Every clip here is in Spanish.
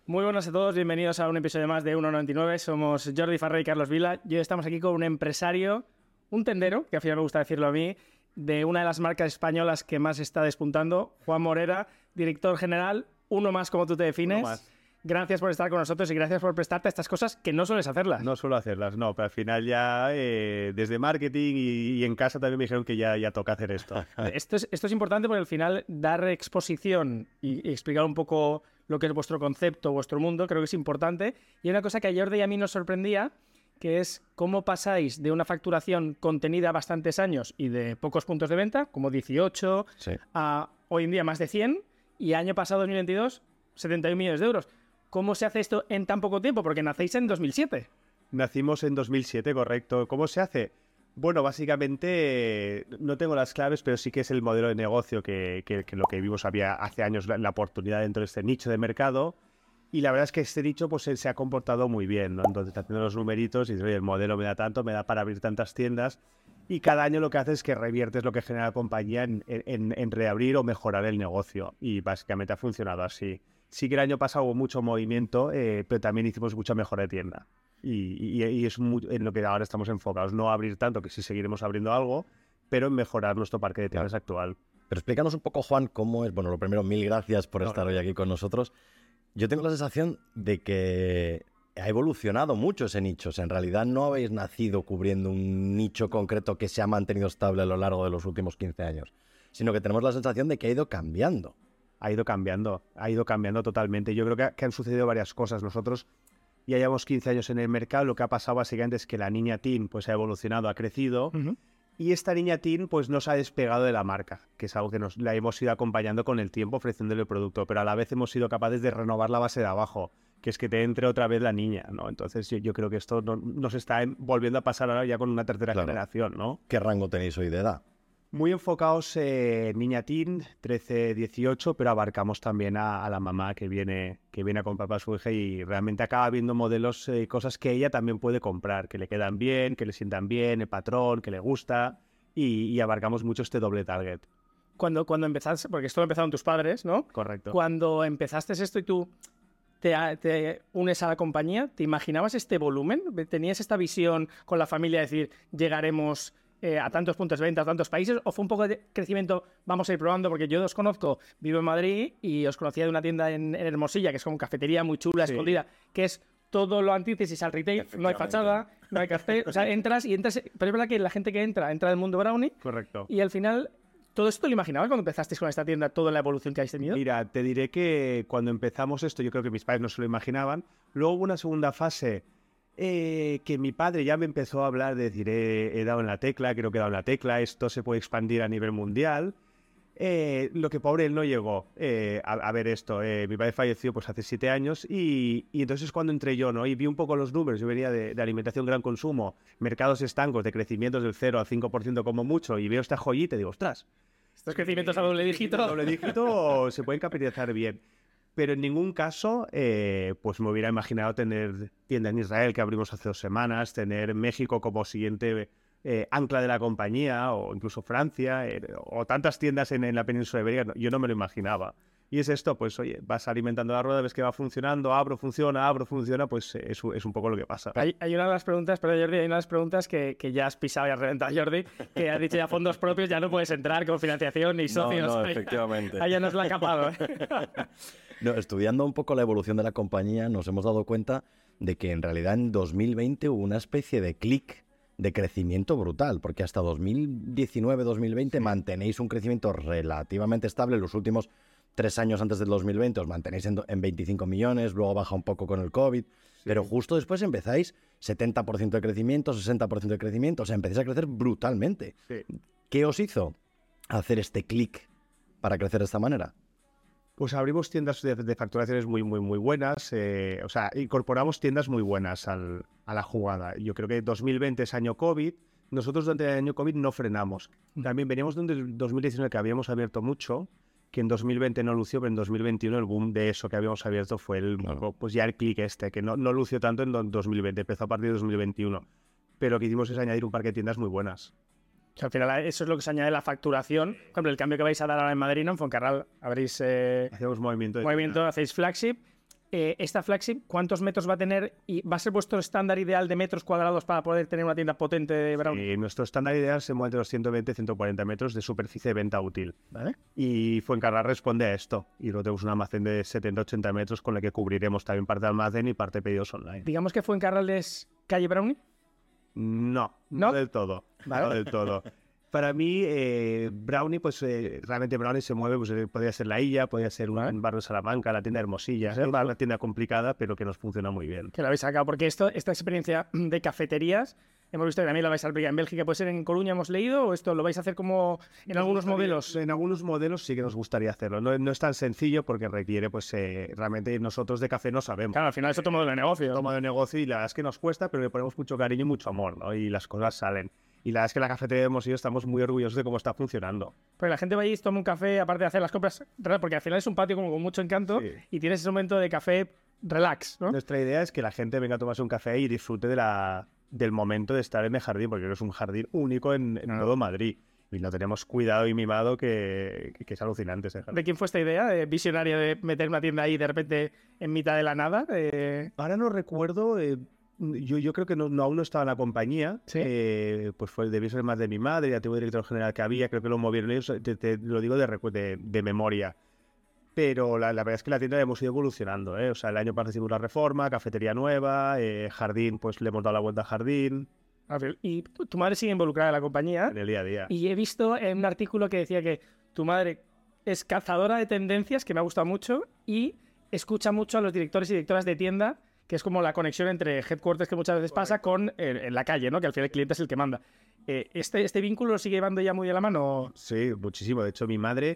Muy buenas a todos, bienvenidos a un episodio más de 1.99. Somos Jordi Farré y Carlos Vila. Y hoy estamos aquí con un empresario, un tendero, que al final me gusta decirlo a mí, de una de las marcas españolas que más está despuntando, Juan Morera, director general, uno más como tú te defines. Gracias por estar con nosotros y gracias por prestarte a estas cosas que no sueles hacerlas. No suelo hacerlas, no, pero al final ya desde marketing y en casa también me dijeron que ya toca hacer esto. Esto es importante porque al final dar exposición y explicar un poco lo que es vuestro concepto, vuestro mundo, creo que es importante. Y hay una cosa que a Jordi y a mí nos sorprendía, que es cómo pasáis de una facturación contenida a bastantes años y de pocos puntos de venta, como 18, sí, a hoy en día más de 100, y año pasado, 2022, 71 millones de euros. ¿Cómo se hace esto en tan poco tiempo? Porque nacéis en 2007. Nacimos en 2007, correcto. ¿Cómo se hace? Bueno, básicamente no tengo las claves, pero sí que es el modelo de negocio que lo que vimos había hace años la oportunidad dentro de este nicho de mercado. Y la verdad es que este nicho pues se ha comportado muy bien, ¿no? Entonces, haciendo los numeritos y dices, oye, el modelo me da tanto, me da para abrir tantas tiendas. Y cada año lo que haces es que reviertes lo que genera la compañía en reabrir o mejorar el negocio. Y básicamente ha funcionado así. Sí que el año pasado hubo mucho movimiento, pero también hicimos mucha mejora de tienda. Y es en lo que ahora estamos enfocados. No abrir tanto, que sí seguiremos abriendo algo, pero en mejorar nuestro parque de tiendas actual. Pero explícanos un poco, Juan, cómo es... Bueno, lo primero, mil gracias por estar hoy aquí con nosotros. Yo tengo la sensación de que ha evolucionado mucho ese nicho. O sea, en realidad no habéis nacido cubriendo un nicho concreto que se ha mantenido estable a lo largo de los últimos 15 años, sino que tenemos la sensación de que ha ido cambiando. Ha ido cambiando totalmente. Yo creo que han sucedido varias cosas. Nosotros ya llevamos 15 años en el mercado. Lo que ha pasado básicamente es que la niña teen pues, ha evolucionado, ha crecido. Y esta niña teen pues, nos ha despegado de la marca, que es algo que la hemos ido acompañando con el tiempo, ofreciéndole el producto. Pero a la vez hemos sido capaces de renovar la base de abajo, que es que te entre otra vez la niña, ¿no? Entonces yo creo que esto nos está volviendo a pasar ahora ya con una tercera generación, ¿no? ¿Qué rango tenéis hoy de edad? Muy enfocados en niña teen, 13-18, pero abarcamos también a la mamá que viene a comprar para su hija y realmente acaba viendo modelos, cosas que ella también puede comprar, que le quedan bien, que le sientan bien, el patrón, que le gusta y abarcamos mucho este doble target. Cuando empezaste, porque esto lo empezaron tus padres, ¿no? Correcto. Cuando empezaste esto y tú te unes a la compañía, ¿te imaginabas este volumen? ¿Tenías esta visión con la familia de decir, llegaremos a tantos puntos de venta, a tantos países, o fue un poco de crecimiento, vamos a ir probando? Porque yo os conozco, vivo en Madrid y os conocía de una tienda en Hermosilla, que es como cafetería muy chula, sí, escondida, que es todo lo antítesis al retail, no hay fachada, no hay café, o sea, entras, pero es verdad que la gente que entra del mundo brownie. Correcto. Y al final, ¿todo esto lo imaginabas cuando empezasteis con esta tienda, toda la evolución que habéis tenido? Mira, te diré que cuando empezamos esto, yo creo que mis padres no se lo imaginaban. Luego hubo una segunda fase que mi padre ya me empezó a hablar de decir, he dado en la tecla, creo que he dado en la tecla, esto se puede expandir a nivel mundial. Lo que pobre él no llegó a ver esto. Mi padre falleció pues hace 7 años y entonces cuando entré yo, ¿no? Y vi un poco los números. Yo venía de alimentación gran consumo, mercados estancos de crecimientos del 0 al 5% como mucho, y veo esta joyita y digo, ostras, estos crecimientos a doble dígito se pueden capitalizar bien. Pero en ningún caso pues me hubiera imaginado tener tienda en Israel, que abrimos hace 2 semanas, tener México como siguiente ancla de la compañía, o incluso Francia, o tantas tiendas en la península ibérica. Yo no me lo imaginaba. Y es esto, pues oye, vas alimentando la rueda, ves que va funcionando, abro, funciona, pues es un poco lo que pasa. Hay una de las preguntas, perdón Jordi, hay una de las preguntas que ya has pisado y has reventado, Jordi, que has dicho ya fondos propios, ya no puedes entrar con financiación ni socios. No, efectivamente. Ahí ya nos la ha capado. No, estudiando un poco la evolución de la compañía, nos hemos dado cuenta de que en realidad en 2020 hubo una especie de clic de crecimiento brutal, porque hasta 2019-2020 mantenéis un crecimiento relativamente estable. Los últimos 3 años antes del 2020 os mantenéis en 25 millones, luego baja un poco con el COVID, pero justo después empezáis 70% de crecimiento, 60% de crecimiento, o sea, empezáis a crecer brutalmente. Sí. ¿Qué os hizo hacer este clic para crecer de esta manera? Pues abrimos tiendas de facturaciones muy buenas, o sea, incorporamos tiendas muy buenas a la jugada. Yo creo que 2020 es año COVID, nosotros durante el año COVID no frenamos. También veníamos de un 2019 que habíamos abierto mucho, que en 2020 no lució, pero en 2021 el boom de eso que habíamos abierto fue pues ya el clic que no lució tanto en 2020, empezó a partir de 2021. Pero lo que hicimos es añadir un parque de tiendas muy buenas. O sea, al final eso es lo que se añade la facturación. Por ejemplo, el cambio que vais a dar ahora en Madrid, ¿no? En Fuencarral abrís hacemos movimiento, hacéis flagship. esta flagship, ¿cuántos metros va a tener? ¿Y va a ser vuestro estándar ideal de metros cuadrados para poder tener una tienda potente de Brownie? Nuestro estándar ideal se mueve entre los 120 y 140 metros de superficie de venta útil. ¿Vale? Y Fuencarral responde a esto. Y luego tenemos un almacén de 70-80 metros con el que cubriremos también parte de almacén y parte de pedidos online. Digamos que Fuencarral es calle Brownie. No, ¿No? no del todo. Vale. No del todo. Para mí, Brownie, pues realmente Brownie se mueve, pues podría ser La Illa, podría ser un barrio de Salamanca, la tienda Hermosilla. Es una tienda complicada, pero que nos funciona muy bien. Que lo habéis sacado, porque esta experiencia de cafeterías, hemos visto que también la vais a aplicar en Bélgica, puede ser en Coruña, hemos leído, o esto lo vais a hacer como en algunos modelos. En algunos modelos sí que nos gustaría hacerlo. No es tan sencillo porque requiere, pues realmente nosotros de café no sabemos. Claro, al final es otro modelo de negocio. Otro modelo de negocio y la verdad es que nos cuesta, pero le ponemos mucho cariño y mucho amor, ¿no? Y las cosas salen. Y la verdad es que la cafetería de Hermosillo estamos muy orgullosos de cómo está funcionando. Porque la gente va allí, toma un café, aparte de hacer las compras, porque al final es un patio como con mucho encanto, Sí. y tienes ese momento de café relax, ¿no? Nuestra idea es que la gente venga a tomarse un café y disfrute del momento de estar en el jardín, porque es un jardín único en todo Madrid. Y lo tenemos cuidado y mimado que es alucinante ese jardín. ¿De quién fue esta idea visionaria de meter una tienda ahí de repente en mitad de la nada? Ahora no recuerdo, yo creo que aún no estaba en la compañía, ¿Sí? pues debió ser más de mi madre, ya tengo el director general que había, creo que lo movieron ellos, te lo digo de memoria. Pero la verdad es que la tienda hemos ido evolucionando, ¿eh? O sea, el año pasado hicimos la reforma, cafetería nueva, jardín, pues le hemos dado la vuelta al jardín, Y tu madre sigue involucrada en la compañía. en el día a día. Y he visto en un artículo que decía que tu madre es cazadora de tendencias, que me ha gustado mucho, y escucha mucho a los directores y directoras de tienda, que es como la conexión entre headquarters que muchas veces pasa con en la calle, ¿no? Que al final el cliente es el que manda. ¿Este vínculo lo sigue llevando ya muy de la mano? Sí, muchísimo. De hecho, mi madre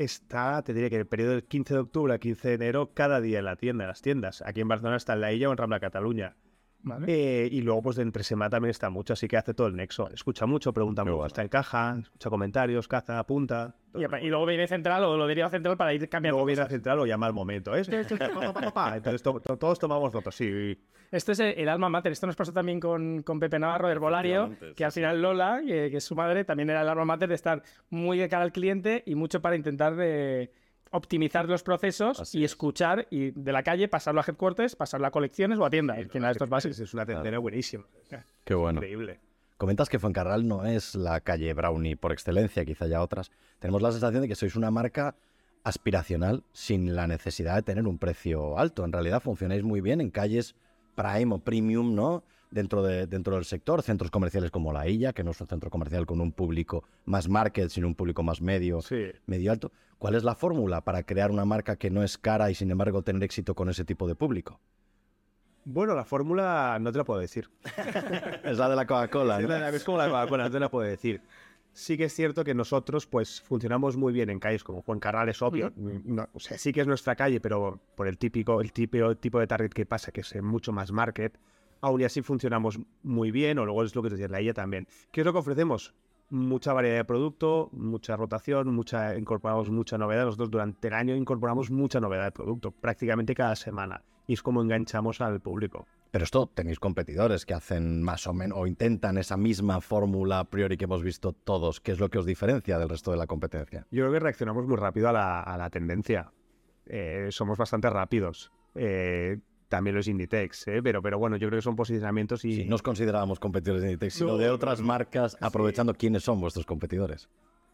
te diría que en el periodo del 15 de octubre al 15 de enero, cada día en las tiendas. Aquí en Barcelona está en La Illa o en Rambla Cataluña. ¿Vale? Y luego, pues de entre semana también está mucho, así que hace todo el nexo. Escucha mucho, pregunta Qué mucho, bueno. está en caja, escucha comentarios, caza, apunta. Y luego viene central o lo deriva central para ir cambiando. Luego viene a cosas. central o llama al momento. Entonces todos tomamos notas, sí. Esto es el alma mater. Esto nos pasó también con Pepe Navarro de Herbolario, Efectivamente, que al final Lola, que es su madre, también era el alma mater de estar muy de cara al cliente y mucho para intentar optimizar los procesos Así y es. escuchar y de la calle pasarlo a headquarters, pasarlo a colecciones o a tiendas. Al final esto es básico. Es una tendera buenísima. Qué bueno. Increíble. Comentas que Fuencarral no es la calle Brownie por excelencia, quizá haya otras. Tenemos la sensación de que sois una marca aspiracional sin la necesidad de tener un precio alto. En realidad funcionáis muy bien en calles prime o premium, ¿no? Dentro del sector, centros comerciales como La Illa, que no es un centro comercial con un público más market, sino un público más medio Sí. alto. ¿Cuál es la fórmula para crear una marca que no es cara y sin embargo tener éxito con ese tipo de público? Bueno, la fórmula no te la puedo decir. Es la de la Coca-Cola, ¿no? Es como la Coca-Cola, no te la puedo decir. Sí que es cierto que nosotros pues funcionamos muy bien en calles como Fuencarral, es obvio. No, o sea, sí que es nuestra calle, pero por el tipo de target que pasa, que es mucho más market, aún y así funcionamos muy bien, o luego es lo que te decía, La Illa también. ¿Qué es lo que ofrecemos? Mucha variedad de producto, mucha rotación, incorporamos mucha novedad. Nosotros durante el año incorporamos mucha novedad de producto, prácticamente cada semana. Y es como enganchamos al público. Pero esto tenéis competidores que hacen más o menos o intentan esa misma fórmula a priori que hemos visto todos. ¿Qué es lo que os diferencia del resto de la competencia? Yo creo que reaccionamos muy rápido a la tendencia. Somos bastante rápidos. También los Inditex, pero bueno, yo creo que son posicionamientos y... Si no os considerábamos competidores de Inditex, sino No, de otras marcas, sí. aprovechando quiénes son vuestros competidores.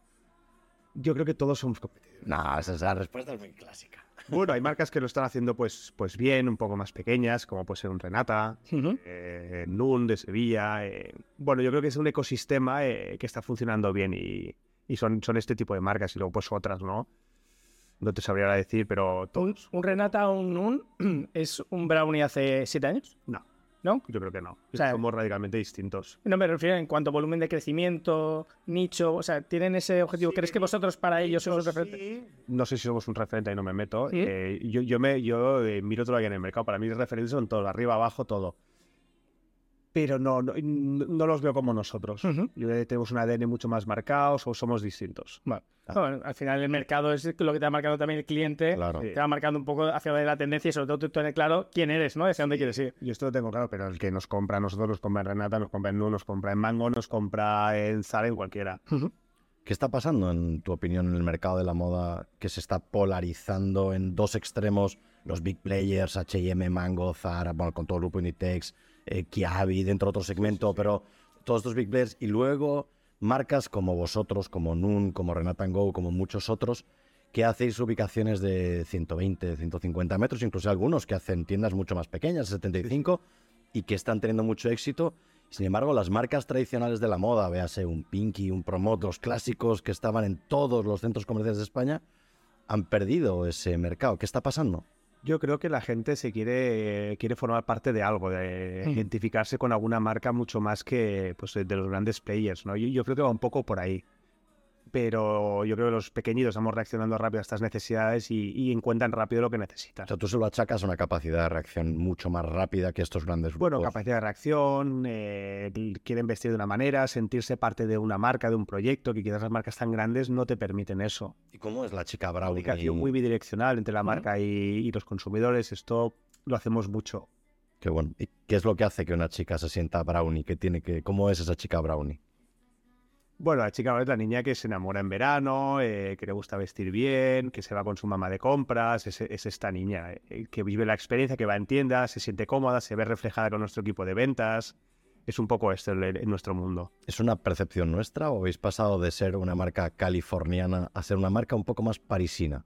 Yo creo que todos somos competidores. No, esa respuesta es muy clásica. Bueno, hay marcas que lo están haciendo pues bien, un poco más pequeñas, como puede ser un Renata, Ujú. Nun de Sevilla. Bueno, yo creo que es un ecosistema que está funcionando bien y son este tipo de marcas y luego pues otras, ¿no? No te sabría ahora decir, pero todos. ¿Un Renata o un Nun es un Brownie hace 7 años? No, ¿No? yo creo que no. O sea, Somos radicalmente distintos. No me refiero en cuanto a volumen de crecimiento, nicho, o sea, ¿tienen ese objetivo? ¿Crees que vosotros para ellos sois un referente? No sé si somos un referente, ahí no me meto. ¿Sí? Yo miro todo lo que hay en el mercado. Para mí los referentes son todos, arriba, abajo, todo. Pero no los veo como nosotros. Ujú. Yo creo que tenemos un ADN mucho más marcado o somos distintos. Bueno, bueno, al final el mercado es lo que te va marcando también el cliente, Claro. te va marcando un poco hacia donde la tendencia y sobre todo tú tener claro quién eres, ¿no? Hacia dónde quieres ir. Yo esto lo tengo claro, pero el que nos compra a nosotros, nos compra en Renata, nos compra en Nu, nos compra en Mango, nos compra en Zara, en cualquiera. ¿Qué está pasando, en tu opinión, en el mercado de la moda que se está polarizando en dos extremos los big players, H&M, Mango, Zara, bueno, con todo el grupo Inditex, Kiabi, dentro de otro segmento, pero todos estos big players. Y luego marcas como vosotros, como Nun, como Renata & Go, como muchos otros, que hacéis ubicaciones de 120, 150 metros, incluso algunos que hacen tiendas mucho más pequeñas, 75, y que están teniendo mucho éxito. Sin embargo, las marcas tradicionales de la moda, véase un Pinky, un Promote, los clásicos que estaban en todos los centros comerciales de España, han perdido ese mercado. ¿Qué está pasando? Yo creo que la gente se quiere formar parte de algo, de identificarse con alguna marca mucho más que pues, de los grandes players, ¿no? Yo creo que va un poco por ahí. Pero yo creo que los pequeñitos estamos reaccionando rápido a estas necesidades y encuentran rápido lo que necesitan. O sea, tú se lo achacas a una capacidad de reacción mucho más rápida que estos grandes grupos. Bueno, capacidad de reacción, quieren vestir de una manera, sentirse parte de una marca, de un proyecto, que quizás las marcas tan grandes no te permiten eso. ¿Y cómo es la chica Brownie? Comunicación muy bidireccional entre la marca y los consumidores, esto lo hacemos mucho. Qué bueno. ¿Y qué es lo que hace que una chica se sienta Brownie? ¿Cómo es esa chica Brownie? Bueno, la chica es la niña que se enamora en verano, que le gusta vestir bien, que se va con su mamá de compras, es esta niña que vive la experiencia, que va en tiendas, se siente cómoda, se ve reflejada con nuestro equipo de ventas. Es un poco esto en nuestro mundo. ¿Es una percepción nuestra o habéis pasado de ser una marca californiana a ser una marca un poco más parisina?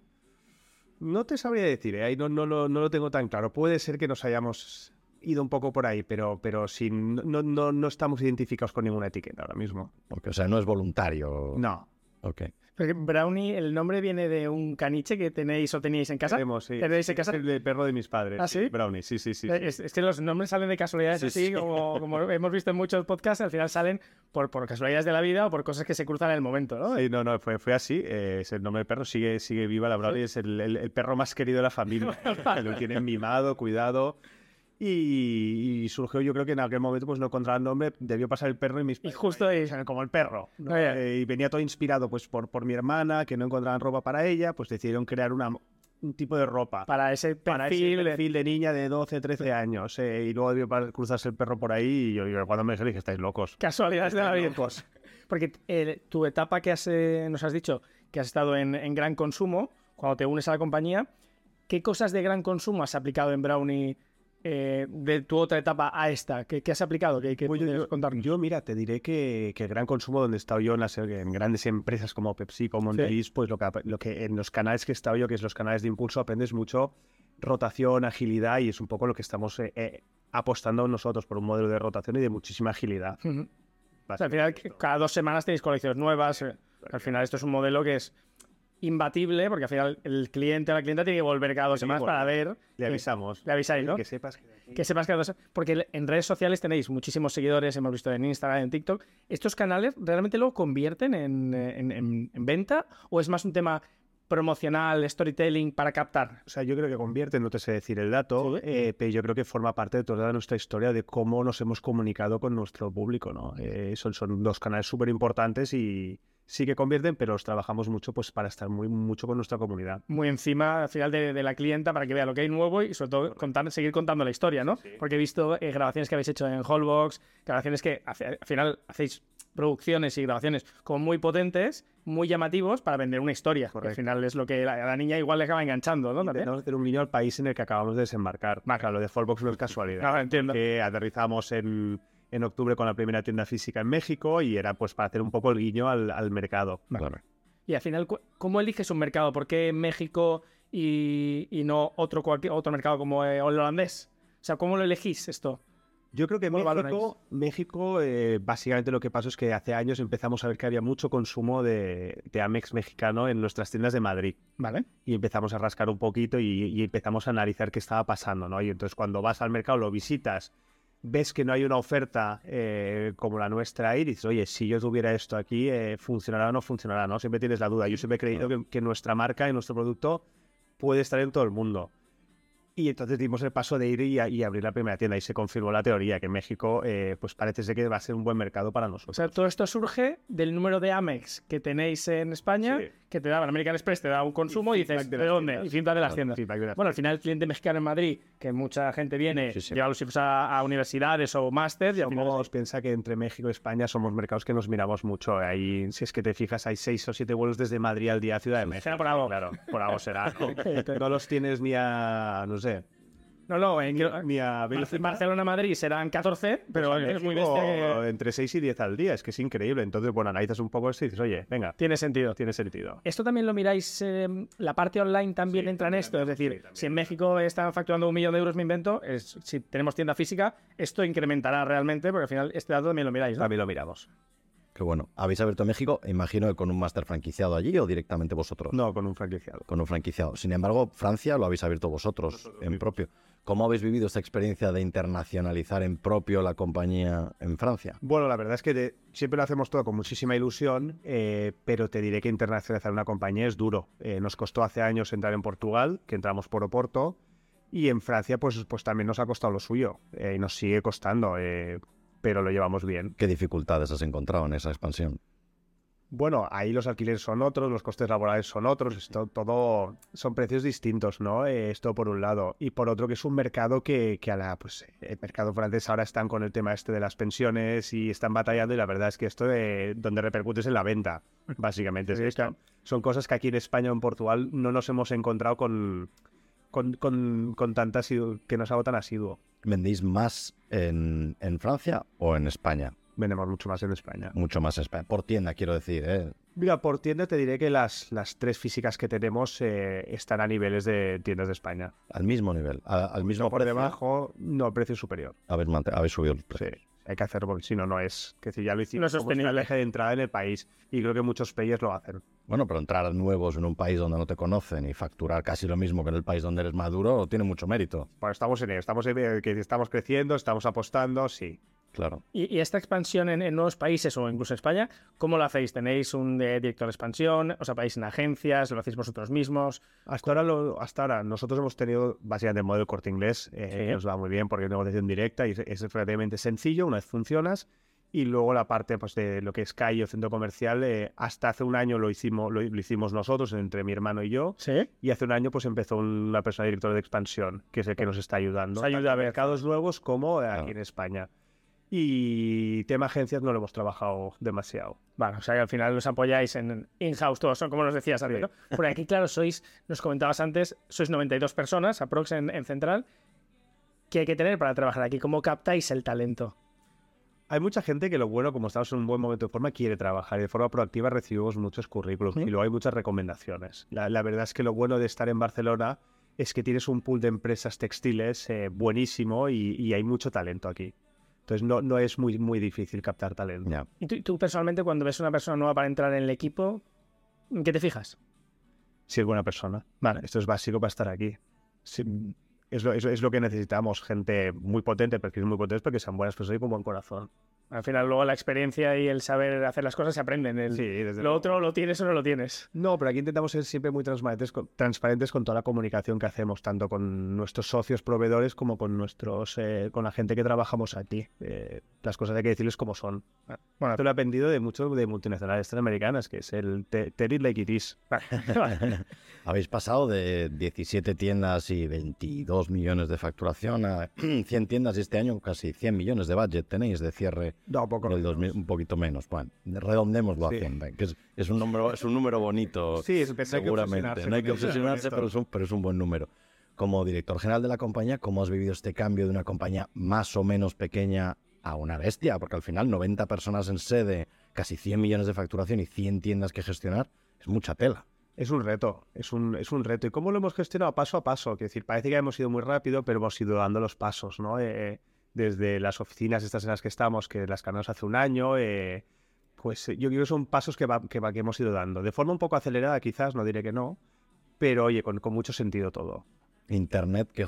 No te sabría decir, ahí no lo tengo tan claro. Puede ser que nos hayamos ido un poco por ahí, pero no estamos identificados con ninguna etiqueta ahora mismo. Okay, o sea, no es voluntario. No. Ok. Porque Brownie, el nombre viene de un caniche que tenéis o teníais en casa. Tenemos, sí. ¿Tenéis en casa? Es el perro de mis padres. ¿Ah, sí? Brownie, sí. Es que los nombres salen de casualidades Sí, así, sí. como hemos visto en muchos podcasts, al final salen por casualidades de la vida o por cosas que se cruzan en el momento, ¿no? Sí, no, fue así. Es el nombre del perro, sigue viva la Brownie, es el perro más querido de la familia. Lo tienen mimado, cuidado. Y surgió, yo creo que en aquel momento pues no encontraba el nombre, debió pasar el perro y mis padres, justo ahí. como el perro, ¿no? Oye. Y venía todo inspirado pues por mi hermana, que no encontraban ropa para ella, pues decidieron crear un tipo de ropa Para ese perfil, de niña de 12, 13 años. Y luego debió cruzarse el perro por ahí y yo cuando me dije, estáis locos. casualidades de la vida. Locos. Porque tu etapa que nos has dicho, que has estado en gran consumo, cuando te unes a la compañía, ¿qué cosas de gran consumo has aplicado en Brownie de tu otra etapa a esta? ¿Qué has aplicado? ¿Qué puedes contarnos? Yo, mira, te diré que el gran consumo donde he estado yo en grandes empresas como Pepsi, como Mondelez, pues lo que en los canales que he estado yo, que es los canales de impulso, aprendes mucho rotación, agilidad, y es un poco lo que estamos apostando nosotros por un modelo de rotación y de muchísima agilidad. Uh-huh. O sea, al final, cada 2 semanas tenéis colecciones nuevas. Al final, esto es un modelo que es imbatible, porque al final el cliente o la clienta tiene que volver cada 2 semanas para ver. Le avisamos. Le avisáis, ¿no? Que sepas que cada 2 porque en redes sociales tenéis muchísimos seguidores, hemos visto en Instagram, en TikTok. ¿Estos canales realmente lo convierten en venta o es más un tema promocional, storytelling para captar? O sea, yo creo que convierte, no te sé decir el dato, pero yo creo que forma parte de toda nuestra historia de cómo nos hemos comunicado con nuestro público, ¿no? Son 2 canales súper importantes y sí que convierten, pero los trabajamos mucho pues para estar mucho con nuestra comunidad. Muy encima, al final, de la clienta para que vea lo que hay nuevo y sobre todo seguir contando la historia, ¿no? Sí. Porque he visto grabaciones que habéis hecho en Holbox, grabaciones que al final hacéis producciones y grabaciones como muy potentes, muy llamativos para vender una historia. Correcto. Al final es lo que a la niña igual le acaba enganchando, ¿no? Intentamos hacer un guiño al país en el que acabamos de desembarcar. Claro, lo de Holbox no es casualidad. No, entiendo. Que aterrizamos en octubre con la primera tienda física en México y era pues para hacer un poco el guiño al mercado. Vale. Y al final, ¿cómo eliges un mercado? ¿Por qué México y no otro mercado como el holandés? O sea, ¿cómo lo elegís esto? Yo creo que México básicamente lo que pasó es que hace años empezamos a ver que había mucho consumo de Amex mexicano en nuestras tiendas de Madrid. Vale. Y empezamos a rascar un poquito y empezamos a analizar qué estaba pasando, ¿no? Y entonces cuando vas al mercado, lo visitas, ves que no hay una oferta como la nuestra y dices, oye, si yo tuviera esto aquí, ¿funcionará o no funcionará? ¿No? Siempre tienes la duda. Yo siempre he creído que nuestra marca y nuestro producto puede estar en todo el mundo. Y entonces dimos el paso de ir y abrir la primera tienda y se confirmó la teoría que México pues parece ser que va a ser un buen mercado para nosotros. O sea, todo esto surge del número de Amex que tenéis en España, sí, que te daban. American Express te da un consumo y dices, ¿de dónde? Y feedback de las tiendas. Bueno, al final el cliente mexicano en Madrid, que mucha gente viene, lleva a los hijos a universidades o máster. Y al final piensa que entre México y España somos mercados que nos miramos mucho. Ahí, si es que te fijas, hay 6 o 7 vuelos desde Madrid al día a Ciudad de México. Será por algo. Claro, por algo será, ¿no? No los tienes ni a, no sé... ni a Barcelona-Madrid serán 14, pero es muy bestia. Entre 6 y 10 al día, es que es increíble. Entonces, bueno, analizas un poco esto y dices, oye, venga. Tiene sentido. Tiene sentido. Esto también lo miráis, la parte online también entra en esto. Es decir, si en México están facturando 1 millón de euros, me invento, si tenemos tienda física, esto incrementará realmente, porque al final este dato también lo miráis, ¿no? También lo miramos. Qué bueno. ¿Habéis abierto México? Imagino que con un máster franquiciado allí o directamente vosotros. No, con un franquiciado. Con un franquiciado. Sin embargo, Francia lo habéis abierto vosotros en propio. ¿Cómo habéis vivido esta experiencia de internacionalizar en propio la compañía en Francia? Bueno, la verdad es que siempre lo hacemos todo con muchísima ilusión, pero te diré que internacionalizar una compañía es duro. Nos costó hace años entrar en Portugal, que entramos por Oporto, y en Francia pues también nos ha costado lo suyo, y nos sigue costando, pero lo llevamos bien. ¿Qué dificultades has encontrado en esa expansión? Bueno, ahí los alquileres son otros, los costes laborales son otros, todo son precios distintos, ¿no? Esto por un lado. Y por otro, que es un mercado que el mercado francés ahora están con el tema este de las pensiones y están batallando, y la verdad es que esto donde repercute es en la venta, básicamente. Sí, son cosas que aquí en España o en Portugal no nos hemos encontrado con tanta que nos hago tan asiduo. ¿Vendéis más en Francia o en España? Vendemos mucho más en España. Mucho más en España. Por tienda, quiero decir, ¿eh? Mira, por tienda te diré que las 3 físicas que tenemos están a niveles de tiendas de España. Al mismo nivel, al mismo por precio. Debajo, no, precio superior. Habéis subido el precio. Sí, hay que hacerlo porque si no, no es. Que si ya lo hicimos, no es sostenible. Como eje de entrada en el país. Y creo que muchos players lo hacen. Bueno, pero entrar nuevos en un país donde no te conocen y facturar casi lo mismo que en el país donde eres maduro tiene mucho mérito. Bueno, estamos en ello. Estamos creciendo, estamos apostando, sí. Claro. ¿Y esta expansión en nuevos países o incluso España, cómo lo hacéis? ¿Tenéis un director de expansión? ¿Os apoyáis en agencias? ¿Lo hacéis vosotros mismos? Hasta ahora nosotros hemos tenido básicamente el modelo Corte Inglés, que nos va muy bien porque es negociación directa y es relativamente sencillo una vez funcionas. Y luego la parte pues, de lo que es calle o centro comercial, hasta hace un año lo hicimos nosotros, entre mi hermano y yo. ¿Sí? Y hace un año pues empezó una persona directora de expansión, que es el que nos está ayudando. Nos ayuda a ver mercados nuevos como aquí en España. Y tema agencias no lo hemos trabajado demasiado. Bueno, o sea que al final os apoyáis en in-house todos, son como nos decías antes, ¿no? Por aquí, claro, nos comentabas antes, sois 92 personas, aprox en Central. ¿Qué hay que tener para trabajar aquí? ¿Cómo captáis el talento? Hay mucha gente que lo bueno, como estamos en un buen momento de forma, quiere trabajar y de forma proactiva recibimos muchos currículums y luego hay muchas recomendaciones. La verdad es que lo bueno de estar en Barcelona es que tienes un pool de empresas textiles buenísimo y hay mucho talento aquí. Entonces no es muy difícil captar talento. Yeah. ¿Y tú personalmente cuando ves una persona nueva para entrar en el equipo, ¿en qué te fijas? Si es buena persona. Vale, esto es básico para estar aquí. Sí, es lo que necesitamos, gente muy potente, perfiles muy potentes, porque sean buenas personas y con buen corazón. Al final luego la experiencia y el saber hacer las cosas se aprenden. Sí, desde lo luego. otro lo tienes o no lo tienes. No, pero aquí intentamos ser siempre muy transparentes con toda la comunicación que hacemos, tanto con nuestros socios proveedores como con con la gente que trabajamos aquí. Las cosas hay que decirles como son. Bueno, esto lo he aprendido de muchos de multinacionales americanas, que es el tell it like it is. Habéis pasado de 17 tiendas y 22 millones de facturación a 100 tiendas y este año casi 100 millones de budget tenéis de cierre. No, poco del 2000, un poquito menos. Bueno, redondémoslo a 100, que es un número bonito. Sí, seguramente. No hay que obsesionarse, pero es un buen número. Como director general de la compañía, ¿cómo has vivido este cambio de una compañía más o menos pequeña a una bestia? Porque al final 90 personas en sede, casi 100 millones de facturación y 100 tiendas que gestionar, es mucha tela. Es un reto, es un reto. ¿Y cómo lo hemos gestionado? Paso a paso. Es decir, parece que hemos ido muy rápido, pero hemos ido dando los pasos, ¿no? Desde las oficinas estas en las que estamos, que las cambiamos hace un año, pues yo creo que son pasos que hemos ido dando. De forma un poco acelerada quizás, no diré que no, pero oye, con mucho sentido todo. Internet, ¿qué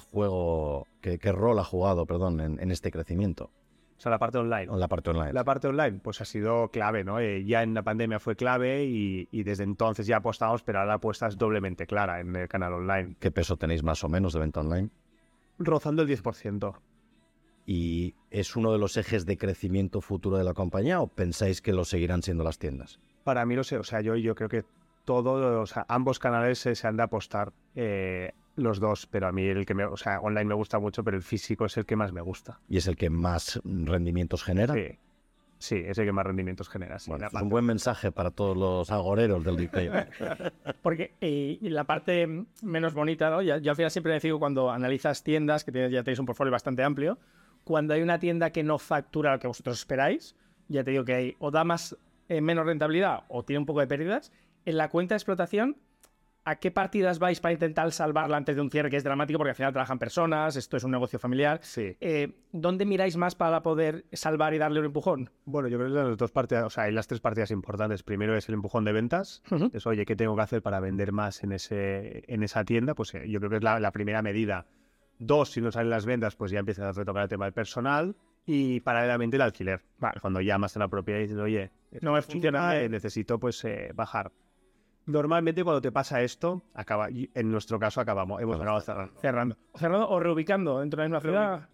rol ha jugado, en este crecimiento? O sea, la parte online. La parte online. La parte online, pues ha sido clave, ¿no? Ya en la pandemia fue clave y desde entonces ya apostamos, pero ahora la apuesta es doblemente clara en el canal online. ¿Qué peso tenéis más o menos de venta online? Rozando el 10%. ¿Y es uno de los ejes de crecimiento futuro de la compañía o pensáis que lo seguirán siendo las tiendas? Para mí lo sé, o sea, yo creo que todo, o sea, ambos canales se han de apostar, los dos, pero a mí o sea, online me gusta mucho, pero el físico es el que más me gusta. ¿Y es el que más rendimientos genera? Sí, es el que más rendimientos genera. Sí, bueno, es un buen mensaje para todos los agoreros del retail. Porque la parte menos bonita, ¿no? Yo al final siempre me digo, cuando analizas tiendas, que ya tenéis un portfolio bastante amplio, cuando hay una tienda que no factura lo que vosotros esperáis, ya te digo que o da menos rentabilidad o tiene un poco de pérdidas, en la cuenta de explotación, ¿a qué partidas vais para intentar salvarla antes de un cierre que es dramático? Porque al final trabajan personas, esto es un negocio familiar. Sí. ¿Dónde miráis más para poder salvar y darle un empujón? Bueno, yo creo que las dos partidas, o sea, hay las tres partidas importantes. Primero es el empujón de ventas. Es, oye, ¿qué tengo que hacer para vender más en esa tienda? Pues yo creo que es la primera medida. 2, si no salen las ventas, pues ya empiezas a retocar el tema del personal. Y paralelamente el alquiler. Vale. Cuando llamas a la propiedad y dices, oye, no me funciona, necesito pues bajar. Normalmente cuando te pasa esto, en nuestro caso hemos acabado cerrando. Cerrando o reubicando dentro de la misma ciudad.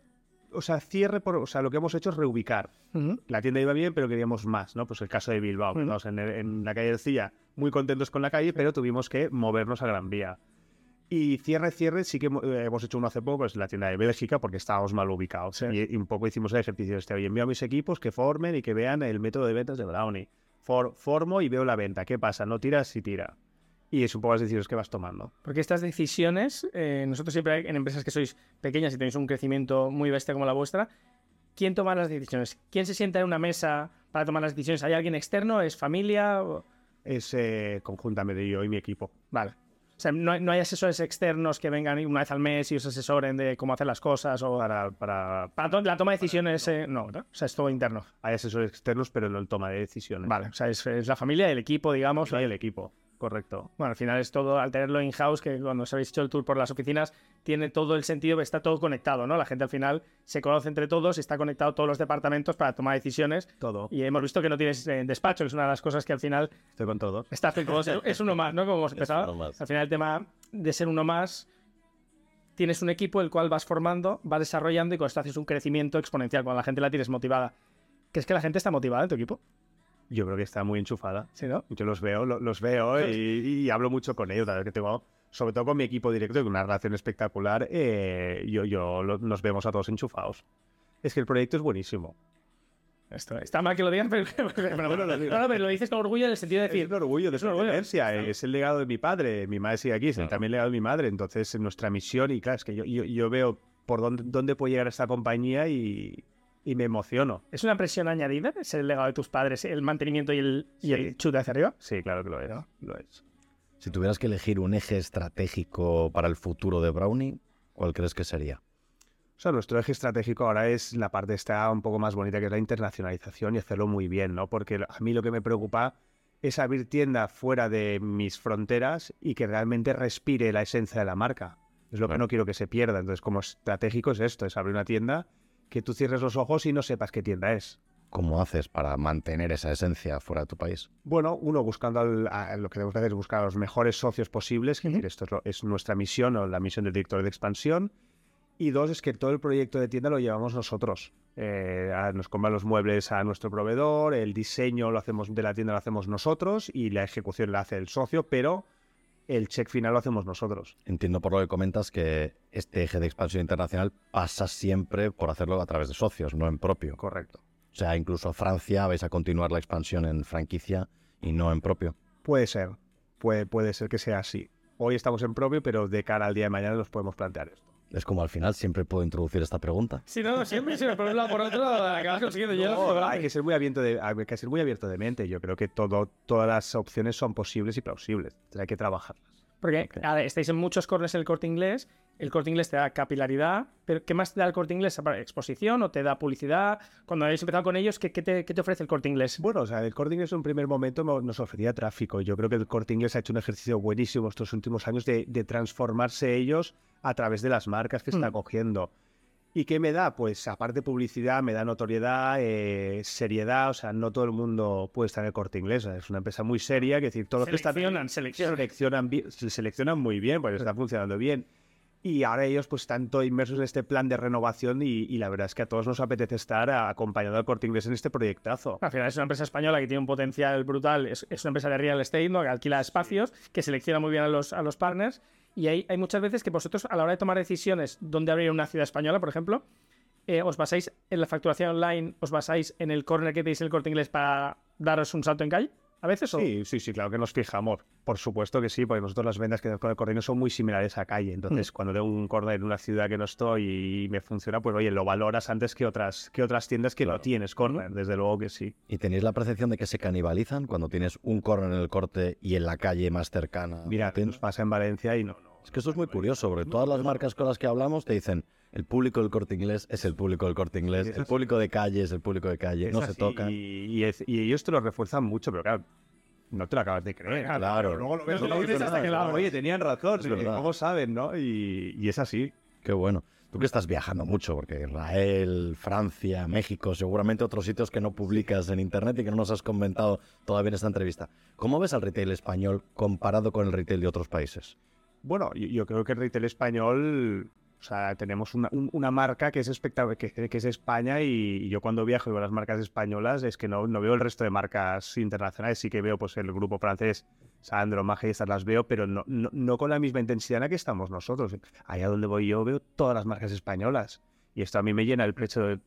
O sea, lo que hemos hecho es reubicar. La tienda iba bien, pero queríamos más, ¿no? Pues el caso de Bilbao. Estamos en la calle del Cilla, muy contentos con la calle, pero tuvimos que movernos a Gran Vía. Y cierre, sí que hemos hecho uno hace poco, pues la tienda de Bélgica, porque estábamos mal ubicados. Sí. Y un poco hicimos el ejercicio oye, envío a mis equipos que formen y que vean el método de ventas de Brownie. Formo y veo la venta. ¿Qué pasa? No tiras, sí tira. Y es un poco las decisiones que vas tomando. Porque estas decisiones, nosotros siempre en empresas que sois pequeñas y tenéis un crecimiento muy bestia como la vuestra, ¿quién toma las decisiones? ¿Quién se sienta en una mesa para tomar las decisiones? ¿Hay alguien externo? ¿Es familia? Es conjuntamente yo y mi equipo. Vale. O sea, no hay asesores externos que vengan una vez al mes y os asesoren de cómo hacer las cosas o para la toma de decisiones. No, ¿verdad? O sea, es todo interno. Hay asesores externos, pero no en toma de decisiones. Vale, o sea, es la familia y el equipo, digamos. Sí, el equipo. Correcto. Bueno, al final es todo, al tenerlo in-house, que cuando os habéis hecho el tour por las oficinas, tiene todo el sentido, está todo conectado, ¿no? La gente al final se conoce entre todos, está conectado todos los departamentos para tomar decisiones. Todo. Y hemos visto que no tienes despacho, que es una de las cosas que al final... Estoy con todos. Estás con todos, es uno más, ¿no? Como hemos empezado. Al final el tema de ser uno más, tienes un equipo el cual vas formando, vas desarrollando y con esto haces un crecimiento exponencial, cuando la gente la tienes motivada. ¿Crees que la gente está motivada en tu equipo? Yo creo que está muy enchufada. ¿Sí, no? Yo los veo y hablo mucho con ellos. Que tengo, sobre todo con mi equipo directo, con una relación espectacular. Nos vemos a todos enchufados. Es que el proyecto es buenísimo. Está mal que lo digas, pero pero lo dices con orgullo en el sentido de decir... Es un orgullo de su herencia, es el legado de mi padre. Mi madre sigue aquí, es también el legado de mi madre. Entonces, nuestra misión, y claro, es que yo veo por dónde puede llegar esta compañía y me emociono. ¿Es una presión añadida? ¿Es el legado de tus padres, el mantenimiento y el chute hacia arriba? Sí, claro que lo es. Lo es. Si tuvieras que elegir un eje estratégico para el futuro de Brownie, ¿cuál crees que sería? O sea, nuestro eje estratégico ahora es la parte esta un poco más bonita, que es la internacionalización y hacerlo muy bien, ¿no? Porque a mí lo que me preocupa es abrir tienda fuera de mis fronteras y que realmente respire la esencia de la marca. Es lo que no quiero que se pierda. Entonces, como estratégico es esto, es abrir una tienda que tú cierres los ojos y no sepas qué tienda es. ¿Cómo haces para mantener esa esencia fuera de tu país? Bueno, uno buscando lo que tenemos que hacer es buscar a los mejores socios posibles, que esto es nuestra misión o la misión del director de expansión. Y 2, es que todo el proyecto de tienda lo llevamos nosotros. Nos compran los muebles a nuestro proveedor, el diseño de la tienda lo hacemos nosotros y la ejecución la hace el socio, pero el check final lo hacemos nosotros. Entiendo por lo que comentas que este eje de expansión internacional pasa siempre por hacerlo a través de socios, no en propio. Correcto. O sea, incluso Francia vais a continuar la expansión en franquicia y no en propio. Puede ser. Puede ser que sea así. Hoy estamos en propio, pero de cara al día de mañana nos podemos plantear esto. Es como al final siempre puedo introducir esta pregunta. Sí, no, siempre, por un lado por otro, acabas consiguiendo hay que ser muy abierto de mente. Yo creo que todas las opciones son posibles y plausibles. Hay que trabajarlas. Porque estáis en muchos corners en el Corte Inglés. El Corte Inglés te da capilaridad, pero ¿qué más te da el Corte Inglés? ¿Exposición o te da publicidad? Cuando habéis empezado con ellos, ¿qué te ofrece el Corte Inglés? Bueno, o sea, el Corte Inglés en un primer momento nos ofrecía tráfico. Yo creo que el Corte Inglés ha hecho un ejercicio buenísimo estos últimos años de transformarse ellos a través de las marcas que está cogiendo. ¿Y qué me da? Pues aparte publicidad, me da notoriedad, seriedad. O sea, no todo el mundo puede estar en el Corte Inglés. Es una empresa muy seria, que decir, todos los que seleccionan seleccionan muy bien, pues está funcionando bien. Y ahora ellos pues están todo inmersos en este plan de renovación y la verdad es que a todos nos apetece estar acompañando al Corte Inglés en este proyectazo. Al final es una empresa española que tiene un potencial brutal, es una empresa de real estate, ¿no? Que alquila espacios, que selecciona muy bien a los partners, y hay muchas veces que vosotros a la hora de tomar decisiones dónde abrir una ciudad española, por ejemplo, os basáis en la facturación online, os basáis en el corner que tenéis en el Corte Inglés para daros un salto en calle. ¿A veces o...? Sí, claro que nos fijamos. Por supuesto que sí, porque nosotros las ventas que tenemos con el corner son muy similares a calle. Entonces, cuando tengo un corner en una ciudad que no estoy y me funciona, pues oye, lo valoras antes que otras tiendas que no tienes corner, desde luego que sí. ¿Y tenéis la percepción de que se canibalizan cuando tienes un corner en el Corte y en la calle más cercana? Mira, nos pasa en Valencia y no. Es que esto es muy curioso, porque todas las marcas con las que hablamos te dicen el público del Corte Inglés es el público del Corte Inglés, el público de calle es el público de calle, no se tocan. Y ellos te lo refuerzan mucho, pero claro, no te lo acabas de creer. Claro. Luego lo ves, No lo dices hasta que lo abres. oye, tenían razón, Es verdad. ¿cómo saben, no? Y es así. Qué bueno. Tú que estás viajando mucho, porque Israel, Francia, México, seguramente otros sitios que no publicas en internet y que no nos has comentado todavía en esta entrevista. ¿Cómo ves al retail español comparado con el retail de otros países? Bueno, yo creo que el retail español, o sea, tenemos una marca que es espectacular, que es España, y yo cuando viajo y veo las marcas españolas es que no veo el resto de marcas internacionales. Sí que veo pues el grupo francés, Sandro, Maje, estas las veo, pero no con la misma intensidad en la que estamos nosotros. Allá donde voy yo veo todas las marcas españolas y esto a mí me llena el pecho de...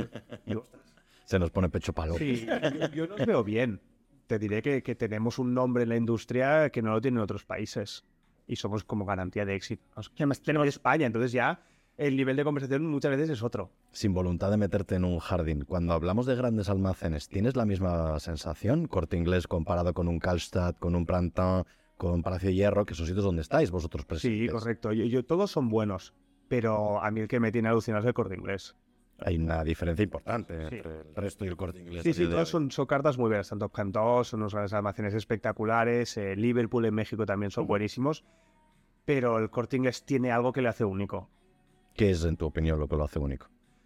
Se nos pone pecho palo. Sí, yo los veo bien. Te diré que tenemos un nombre en la industria que no lo tienen otros países. Y somos como garantía de éxito. Y además tenemos España, entonces ya el nivel de conversación muchas veces es otro. Sin voluntad de meterte en un jardín. Cuando hablamos de grandes almacenes, ¿tienes la misma sensación? Corte Inglés comparado con un Karstadt, con un Printemps, con Palacio de Hierro, que son sitios donde estáis vosotros presentes. Sí, correcto. Todos son buenos, pero a mí el que me tiene alucinado es el Corte Inglés. Hay una diferencia importante entre el resto y el Corte Inglés. Sí, todos son cartas muy buenas. Tanto Cantó, son unos grandes almacenes espectaculares. Liverpool en México también son buenísimos. Pero el Corte Inglés tiene algo que le hace único. ¿Qué es, en tu opinión, lo que lo hace único?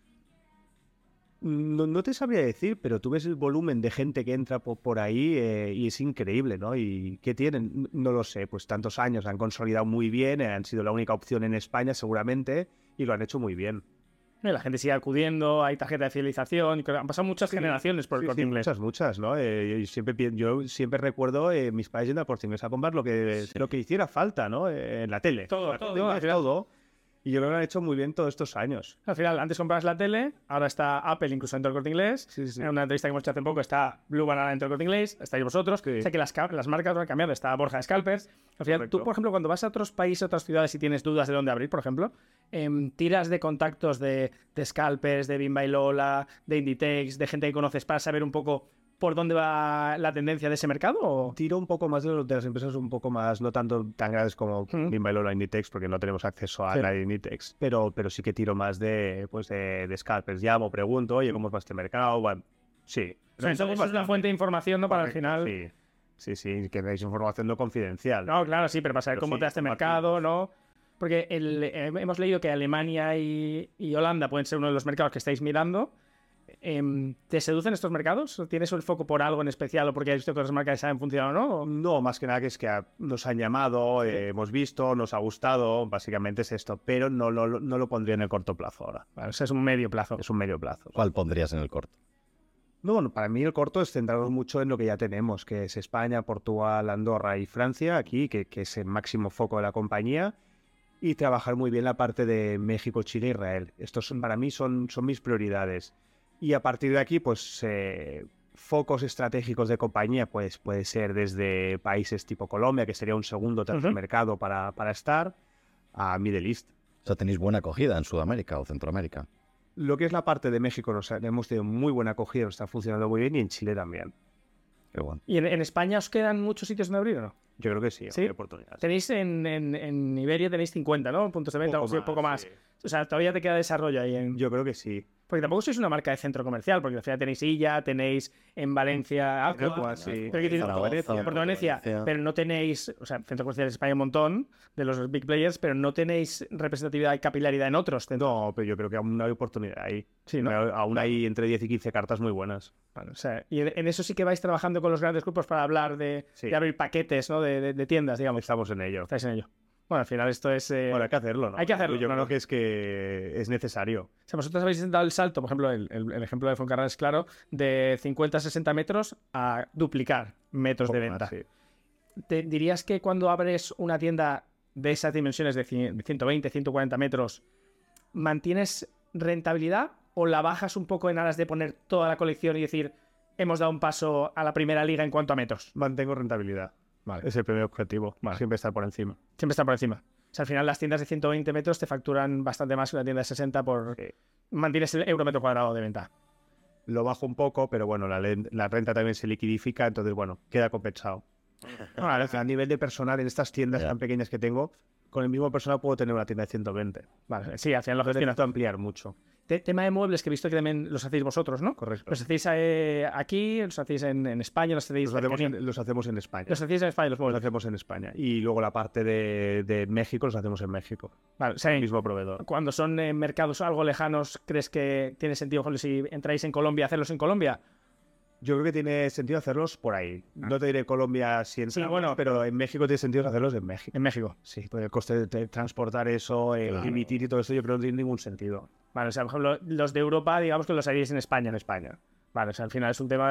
No te sabría decir, pero tú ves el volumen de gente que entra por ahí y es increíble, ¿no? ¿Y qué tienen? No lo sé. Pues tantos años, han consolidado muy bien, han sido la única opción en España seguramente y lo han hecho muy bien. La gente sigue acudiendo, hay tarjeta de fidelización, han pasado muchas generaciones por el Corte Inglés. Muchas, ¿no? Yo siempre recuerdo mis padres yendo al Corte Inglés a comprar lo que hiciera falta, ¿no? En la tele. Todo. Y yo creo que lo han hecho muy bien todos estos años. Al final, antes comprabas la tele, ahora está Apple incluso dentro del Corte Inglés. Sí. En una entrevista que hemos hecho hace poco está Blue Banana dentro del Corte Inglés, estáis vosotros. Sí. O sea que las marcas han cambiado, está Borja Scalpers. Al final, Correcto. tú, por ejemplo, cuando vas a otros países, otras ciudades y tienes dudas de dónde abrir, por ejemplo, tiras de contactos de Scalpers, de Bimba y Lola, de Inditex, de gente que conoces para saber un poco por dónde va la tendencia de ese mercado? ¿O? Tiro un poco más de las empresas un poco más, no tanto tan grandes como Bimba y Lola, Inditex, porque no tenemos acceso a nadie de Inditex, pero sí que tiro más de Scalpers. Llamo, pregunto, oye, ¿cómo va este mercado? Bueno, sí. O sea, eso es una fuente de información, ¿no? Para el final... Sí, que veis información no confidencial. No, claro, sí, pero para saber cómo te da este mercado, ¿no? Porque hemos leído que Alemania y Holanda pueden ser uno de los mercados que estáis mirando. ¿Te seducen estos mercados? ¿Tienes el foco por algo en especial o porque has visto que otras marcas han funcionado o no? No, más que nada que es que nos han llamado, hemos visto, nos ha gustado, básicamente es esto, pero no lo pondría en el corto plazo ahora. Bueno, eso es un medio plazo. Es un medio plazo. ¿Cuál pondrías en el corto? No, bueno, para mí el corto es centrarnos mucho en lo que ya tenemos, que es España, Portugal, Andorra y Francia, aquí, que es el máximo foco de la compañía, y trabajar muy bien la parte de México, Chile e Israel. Estos para mí son mis prioridades. Y a partir de aquí, pues focos estratégicos de compañía, pues puede ser desde países tipo Colombia, que sería un segundo o tercer mercado para estar, a Middle East. O sea, tenéis buena acogida en Sudamérica o Centroamérica. Lo que es la parte de México, hemos tenido muy buena acogida, nos está funcionando muy bien, y en Chile también. Qué bueno. ¿Y en España os quedan muchos sitios donde abrir o no? Yo creo que sí, hay oportunidades. Tenéis en Iberia tenéis 50, ¿no? Puntos de venta, poco más. Sí. O sea, todavía te queda desarrollo ahí en... Yo creo que sí. Porque tampoco sois una marca de centro comercial, porque al final tenéis Illa, tenéis en Valencia... Venecia, pero no tenéis... O sea, centro comercial de España un montón, de los big players, pero no tenéis representatividad y capilaridad en otros. No, pero yo creo que aún hay oportunidad ahí. Sí, ¿no? Aún hay entre 10 y 15 cartas muy buenas. Bueno, o sea, y en eso sí que vais trabajando con los grandes grupos para hablar de abrir paquetes, ¿no? de tiendas, digamos. Estamos en ello. Estáis en ello. Bueno, al final esto es... Bueno, hay que hacerlo, ¿no? Hay que hacerlo. Yo creo que es necesario. O sea, vosotros habéis dado el salto, por ejemplo, el ejemplo de Fuencarral es claro, de 50 a 60 metros a duplicar metros de venta. Sí. ¿Te dirías que cuando abres una tienda de esas dimensiones de 120, 140 metros, mantienes rentabilidad o la bajas un poco en aras de poner toda la colección y decir, hemos dado un paso a la primera liga en cuanto a metros? Mantengo rentabilidad. Vale. Es el primer objetivo. Vale. Siempre estar por encima. Siempre está por encima. O sea, al final las tiendas de 120 metros te facturan bastante más que una tienda de 60 por... Sí. Mantienes el euro metro cuadrado de venta. Lo bajo un poco, pero bueno, la renta también se liquidifica, entonces bueno, queda compensado. Ahora, a nivel de personal, en estas tiendas tan pequeñas que tengo, con el mismo personal puedo tener una tienda de 120. Vale, sí, al final lo Entonces gestionas. necesito ampliar mucho. Tema de muebles, que he visto que también los hacéis vosotros, ¿no? Correcto. Los hacéis aquí, los hacéis en España, los hacéis... Los hacemos en España. Los hacéis en España, los Los muebles. hacemos en España. Y luego la parte de México los hacemos en México. Vale, o sea, El mismo proveedor. cuando son mercados algo lejanos, ¿crees que tiene sentido, por ejemplo, si entráis en Colombia, hacerlos en Colombia? Yo creo que tiene sentido hacerlos por ahí. No te diré Colombia si entramos, bueno, pero en México tiene sentido hacerlos en México. En México. Sí, porque el coste de transportar eso, emitir y todo eso, yo creo que no tiene ningún sentido. Vale, o sea, por ejemplo, los de Europa, digamos que los haríais en España. En España. Vale, o sea, al final es un tema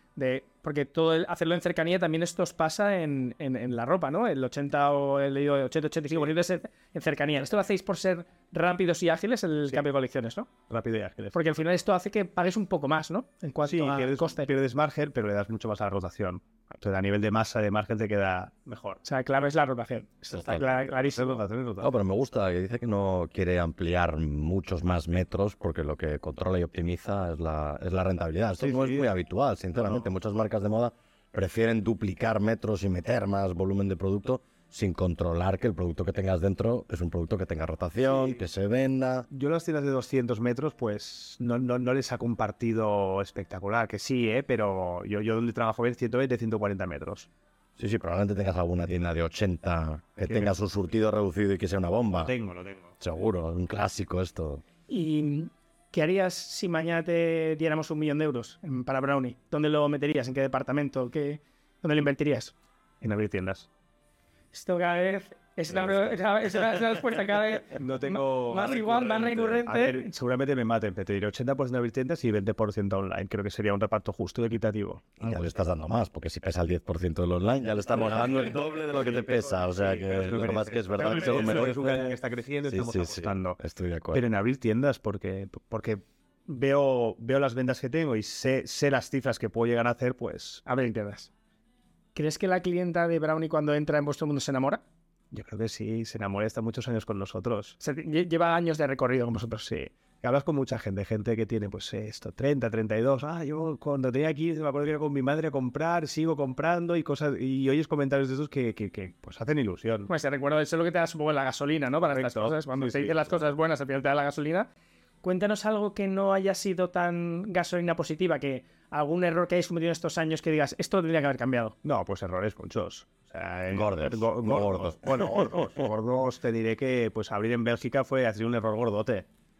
porque hacerlo en cercanía también esto os pasa en la ropa, ¿no? El 80 o el 80-85% es en cercanía. Esto lo hacéis por ser rápidos y ágiles el cambio de colecciones, ¿no? Rápido y ágil. Porque al final esto hace que pagues un poco más, ¿no? En cuanto Sí, a coste. pierdes margen, pero le das mucho más a la rotación. Entonces, a nivel de masa, de margen, te queda mejor. O sea, clave es la rotación. Esto está clarísimo. No, pero me gusta que dice que no quiere ampliar muchos más metros porque lo que controla y optimiza es la rentabilidad. Esto Sí, no sí. es muy habitual, sinceramente. Muchas marcas de moda prefieren duplicar metros y meter más volumen de producto sin controlar que el producto que tengas dentro es un producto que tenga rotación, que se venda. Yo las tiendas de 200 metros, pues no les saco un partido espectacular, que sí, pero yo donde trabajo bien 120, 140 metros. Sí, sí, probablemente tengas alguna tienda de 80 que tenga su surtido reducido y que sea una bomba. Lo tengo. Seguro, un clásico esto. ¿Y qué harías si mañana te diéramos 1 millón de euros para Brownie? ¿Dónde lo meterías? ¿En qué departamento? ¿Dónde lo invertirías? En abrir tiendas. Esto cada vez es una respuesta cada vez No tengo... más igual, más recurrente. A ver, seguramente me maten, pero te diré 80% abrir tiendas y 20% online. Creo que sería un reparto justo y equitativo. Y ya le estás dando más, porque si pesa el 10% del online, ya le estamos dando el doble de lo que te pesa. O sea, que lo más que es verdad que se lo merece. Es un canal que está creciendo y Sí, estamos sí, sí, apostando. estoy de acuerdo. Pero en abrir tiendas, porque veo las ventas que tengo y sé las cifras que puedo llegar a hacer, pues abrir tiendas. ¿Crees que la clienta de Brownie cuando entra en vuestro mundo se enamora? Yo creo que sí, se enamora, está muchos años con nosotros. O sea, lleva años de recorrido con vosotros. Sí. Que hablas con mucha gente que tiene, pues 30, 32. Yo cuando tenía 15 me acuerdo que iba con mi madre a comprar, sigo comprando y cosas. Y oyes comentarios de esos que pues hacen ilusión. Pues te recuerdo, eso es lo que te da supongo la gasolina, ¿no? Para estas Correcto. cosas. Cuando Sí, te sí, dicen las sí. cosas buenas, al final te da la gasolina. Cuéntanos algo que no haya sido tan gasolina positiva, que algún error que hayáis cometido en estos años que digas, esto tendría que haber cambiado. No, pues errores muchos. O sea, Gordos. gordos. Bueno, gordos te diré que pues abrir en Bélgica ha sido un error gordote.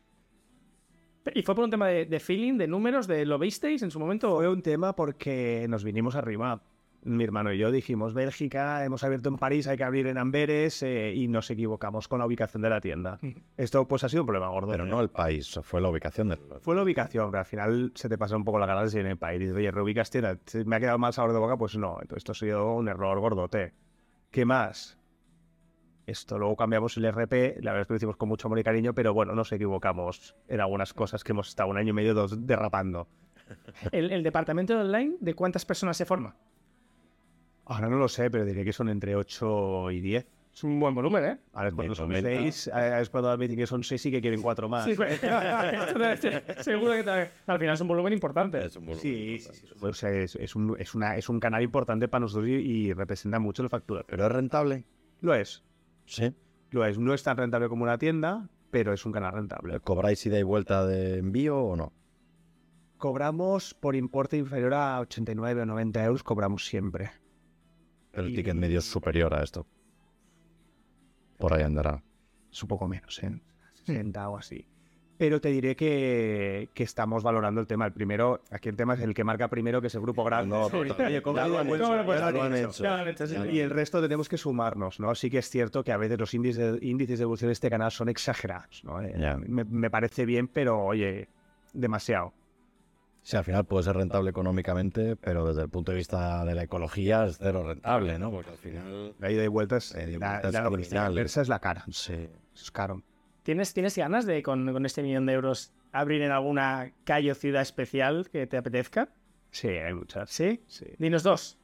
¿Y fue por un tema de feeling, de números, de lo visteis en su momento? Fue un tema porque nos vinimos arriba. Mi hermano y yo dijimos, Bélgica, hemos abierto en París, hay que abrir en Amberes y nos equivocamos con la ubicación de la tienda. Esto pues ha sido un problema gordo. Pero no el país, fue la ubicación del... Fue la ubicación, pero al final se te pasa un poco la gana en el país. Dices, oye, reubicas tienda, me ha quedado mal sabor de boca, pues no. Entonces esto ha sido un error gordote. ¿Qué más? Esto luego cambiamos el RP, la verdad es que lo hicimos con mucho amor y cariño, pero bueno, nos equivocamos en algunas cosas que hemos estado 1 año y medio, 2 derrapando. ¿El departamento de online, de cuántas personas se forma? Ahora no lo sé, pero diría que son entre 8 y 10. Es un buen volumen, ¿eh? Ahora es cuando son 90. 6, es cuando me dicen que son 6 y que quieren 4 más. Sí, pues, seguro que también. Al final es un volumen importante. Es un volumen Sí, importante. sí. O sea, es un canal importante para nosotros y representa mucho la factura. ¿Pero es rentable? Lo es. Sí. Lo es. No es tan rentable como una tienda, pero es un canal rentable. ¿Cobráis ida y vuelta de envío o no? Cobramos por importe inferior a 89 o 90 euros, cobramos siempre. El ticket medio es superior a esto. Por ahí andará. Es un poco menos, 60 o así. Pero te diré que estamos valorando el tema. El primero, aquí el tema es el que marca primero, que es el grupo grande. No, Oye, ¿cómo ya lo han hecho, ya lo han hecho. Y el resto tenemos que sumarnos, ¿no? Sí que es cierto que a veces los índices de evolución de este canal son exagerados, ¿no? Ya. Me parece bien, pero oye, demasiado. Sí, al final puede ser rentable económicamente, pero desde el punto de vista de la ecología es cero rentable, ¿no? Porque al final... La ida y vueltas, La ida y la vueltas logística criminal. inversa es la cara. Sí. Eso es caro. ¿Tienes ganas de, con este 1.000.000 de euros, abrir en alguna calle o ciudad especial que te apetezca? Sí, hay muchas. ¿Sí? Sí. Dinos dos.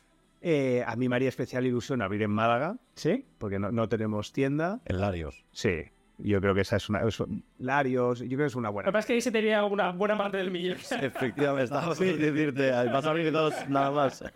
A mí me haría especial ilusión abrir en Málaga, ¿Sí? porque no tenemos tienda. En Larios. Sí, yo creo que esa es una... Larios, yo creo que es una Lo buena. que pasa es que ahí se tenía una buena parte del millón. Efectivamente, estaba a decirte, vas a abrir dos nada más.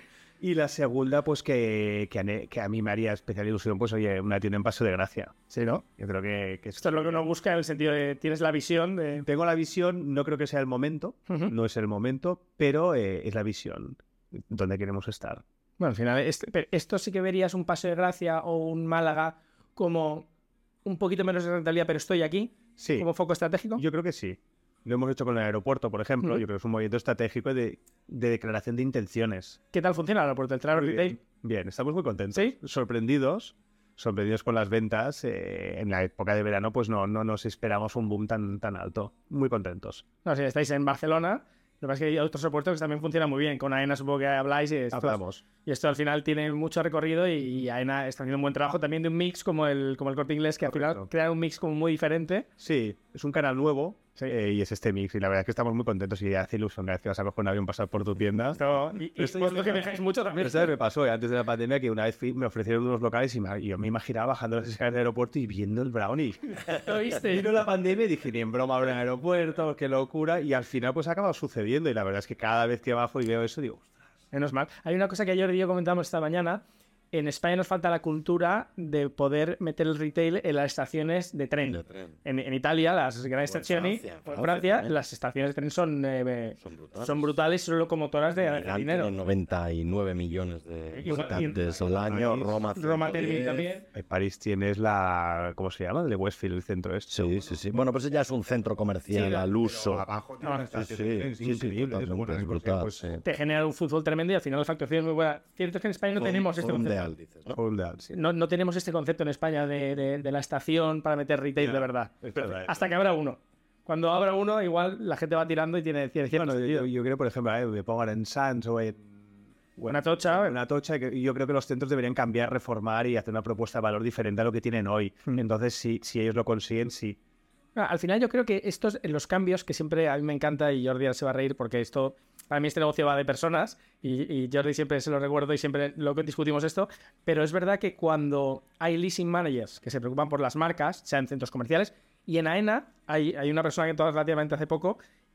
Y la segunda, pues que a mí me haría especial ilusión, pues oye, una tienda en Paso de Gracia. Sí, ¿no? Yo creo que Esto es lo que uno busca en el sentido de tienes la visión de... tengo la visión, no creo que sea el momento, Ujú. no es el momento, pero es la visión donde queremos estar. Bueno, al final, pero esto sí que verías un Paso de Gracia o un Málaga como un poquito menos de rentabilidad, pero estoy aquí, Sí, como foco estratégico. yo creo que sí. Lo hemos hecho con el aeropuerto, por ejemplo. Ujú. Yo creo que es un movimiento estratégico de declaración de intenciones. ¿Qué tal funciona el aeropuerto del Travel Muy Retail? Bien, estamos muy contentos. ¿Sí? Sorprendidos con las ventas. En la época de verano, pues no nos esperamos un boom tan alto. Muy contentos. No, si estáis en Barcelona, lo que pasa es que hay otros aeropuertos que también funcionan muy bien. Con AENA supongo que habláis y Hablamos. esto al final tiene mucho recorrido y AENA está haciendo un buen trabajo también de un mix como el Corte Inglés, que al final Correcto. crea un mix como muy diferente. Sí, es un canal nuevo y es este mix. Y la verdad es que estamos muy contentos y hace ilusión cada vez que vas a coger un avión pasar por tu tienda. Y vosotros que viajáis mucho también. Pero ¿sabes? Me pasó antes de la pandemia que una vez me ofrecieron unos locales y yo me imaginaba bajando las escaleras del aeropuerto y viendo el brownie. ¿Lo viste? Vino la pandemia y dije, ni en broma ahora en el aeropuerto, qué locura. Y al final pues ha acabado sucediendo. Y la verdad es que cada vez que bajo y veo eso, digo, Menos mal. Hay una cosa que ayer y yo comentamos esta mañana. En España nos falta la cultura de poder meter el retail en las estaciones de tren. En Italia, las grandes O en estaciones, Francia, o en Francia Francia, también. las estaciones de tren son Son brutales, son locomotoras de Milán dinero. tiene 99 millones de visitantes al año. Roma Roma Termini 110. también. en París tienes la... ¿Cómo se llama? El de Westfield, el centro este. Sí. Bueno, pues ya es un centro comercial Sí, al uso. Abajo tiene una estación sí, de tren, sí, increíble. totalmente, Bueno, es porque, brutal, pues, sí. Te genera un fútbol tremendo y al final la facturación es muy buena. Cierto es que en España no tenemos este concepto. Mundial, dices, ¿no? Mundial, sí. No tenemos este concepto en España de la estación para meter retail Ya, de verdad. es verdad. Hasta que abra uno. Cuando abra uno, igual la gente va tirando y tiene cierto Bueno, sentido. yo creo, por ejemplo, me pongan en Sands o en... Una tocha. Una tocha, y yo creo que los centros deberían cambiar, reformar y hacer una propuesta de valor diferente a lo que tienen hoy. Entonces, si ellos lo consiguen, sí. Al final yo creo que estos, los cambios que siempre a mí me encanta y Jordi ahora se va a reír porque esto, para mí este negocio va de personas y Jordi siempre se lo recuerdo y siempre lo que discutimos esto, pero es verdad que cuando hay leasing managers que se preocupan por las marcas, sean centros comerciales, y en AENA hay una persona que entró relativamente hace poco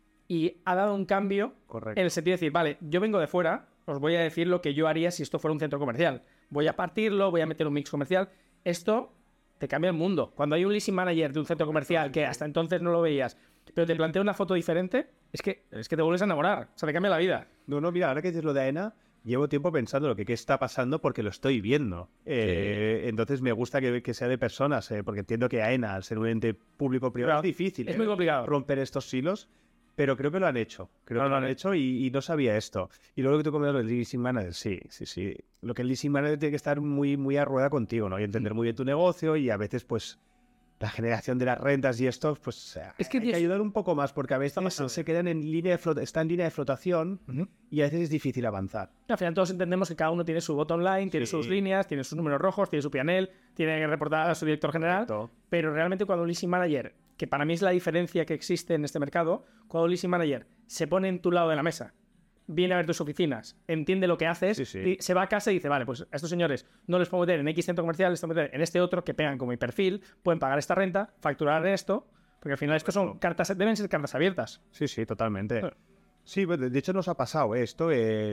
y ha dado un cambio Correcto. en el sentido de decir, vale, yo vengo de fuera, os voy a decir lo que yo haría si esto fuera un centro comercial. Voy a partirlo, voy a meter un mix comercial. Esto te cambia el mundo. Cuando hay un leasing manager de un centro comercial que hasta entonces no lo veías, pero te plantea una foto diferente, es que te vuelves a enamorar. O sea, te cambia la vida. No, mira, ahora que dices lo de AENA, llevo tiempo pensando lo que qué está pasando porque lo estoy viendo. Entonces me gusta que sea de personas, porque entiendo que AENA, al ser un ente público-privado, Claro, es difícil. es muy complicado. Romper estos hilos, pero creo que lo han hecho. Creo que lo han hecho y no sabía esto. Y luego lo que tú comentas del leasing manager, sí. Lo que el leasing manager tiene que estar muy a rueda contigo, ¿no? Y entender muy bien tu negocio y a veces, pues, la generación de las rentas y esto, pues Es que hay que ayudar un poco más porque a veces pasando. se quedan en línea de está en línea de flotación y a veces es difícil avanzar. Al final todos entendemos que cada uno tiene su bottom line, tiene Sí. sus líneas, tiene sus números rojos, tiene su P&L, tiene que reportar a su director general. Correcto. Pero realmente cuando un leasing manager, que para mí es la diferencia que existe en este mercado, cuando un leasing manager se pone en tu lado de la mesa, viene a ver tus oficinas, entiende lo que haces, Sí. y se va a casa y dice, vale, pues a estos señores no les puedo meter en X centro comercial, les puedo meter en este otro, que pegan con mi perfil, pueden pagar esta renta, facturar esto, porque al final esto son cartas, deben ser cartas abiertas. Sí, totalmente. Claro. Sí, pues, de hecho nos ha pasado esto.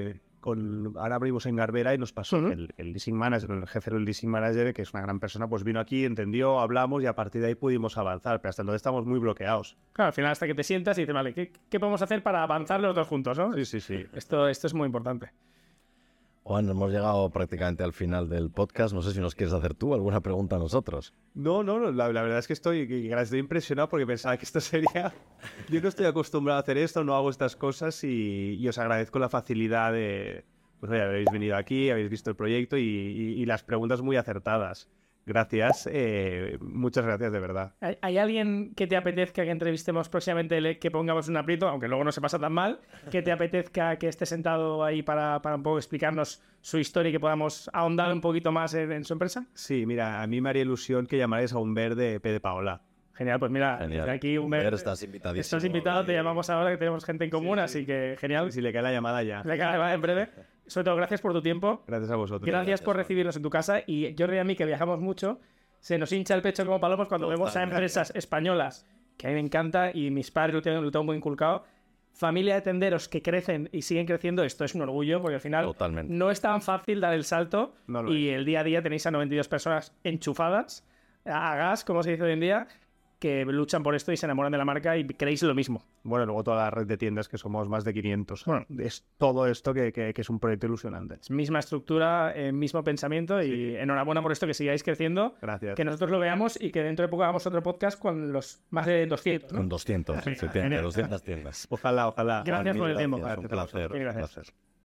Ahora abrimos en Garbera y nos pasó Ujú. que el leasing manager, el jefe del leasing manager, que es una gran persona, pues vino aquí, entendió, hablamos y a partir de ahí pudimos avanzar. Pero hasta entonces estamos muy bloqueados. Claro, al final hasta que te sientas y dices, vale, ¿qué podemos hacer para avanzar los dos juntos, no? Sí. Esto es muy importante. Juan, hemos llegado prácticamente al final del podcast. No sé si nos quieres hacer tú alguna pregunta a nosotros. No, la verdad es que estoy impresionado porque pensaba que esto sería... Yo no estoy acostumbrado a hacer esto, no hago estas cosas y os agradezco la facilidad de... Pues oye, habéis venido aquí, habéis visto el proyecto y las preguntas muy acertadas. Gracias, muchas gracias de verdad. ¿Hay alguien que te apetezca que entrevistemos próximamente, que pongamos un aprieto, aunque luego no se pasa tan mal, que te apetezca que esté sentado ahí para un poco explicarnos su historia y que podamos ahondar un poquito más en su empresa? Sí, mira, a mí me haría ilusión que llamarais a Humbert de P de Paola. Genial, pues mira, Genial. Aquí Humbert, estás invitadísimo. Estás invitado, te llamamos ahora que tenemos gente en común, Sí. así que genial. Si le cae la llamada ya. Le cae la llamada en breve. Sobre todo, gracias por tu tiempo. Gracias a vosotros. Gracias por recibirnos en tu casa. Y Jordi y a mí, que viajamos mucho, se nos hincha el pecho como palomos cuando vemos a empresas españolas, que a mí me encanta y mis padres lo tengo muy inculcado. Familia de tenderos que crecen y siguen creciendo, esto es un orgullo, porque al final Totalmente. no es tan fácil dar el salto y el día a día tenéis a 92 personas enchufadas a gas, como se dice hoy en día, que luchan por esto y se enamoran de la marca y queréis lo mismo. Bueno, luego toda la red de tiendas, que somos más de 500. Bueno, es todo esto que es un proyecto ilusionante. Es misma estructura, mismo pensamiento y enhorabuena por esto, que sigáis creciendo. Gracias. Que nosotros lo veamos y que dentro de poco hagamos otro podcast con los más de 200, ¿no? Con 200, Genial. 200 tiendas. Ojalá. Gracias por el tiempo. Un placer. Gracias. Un placer.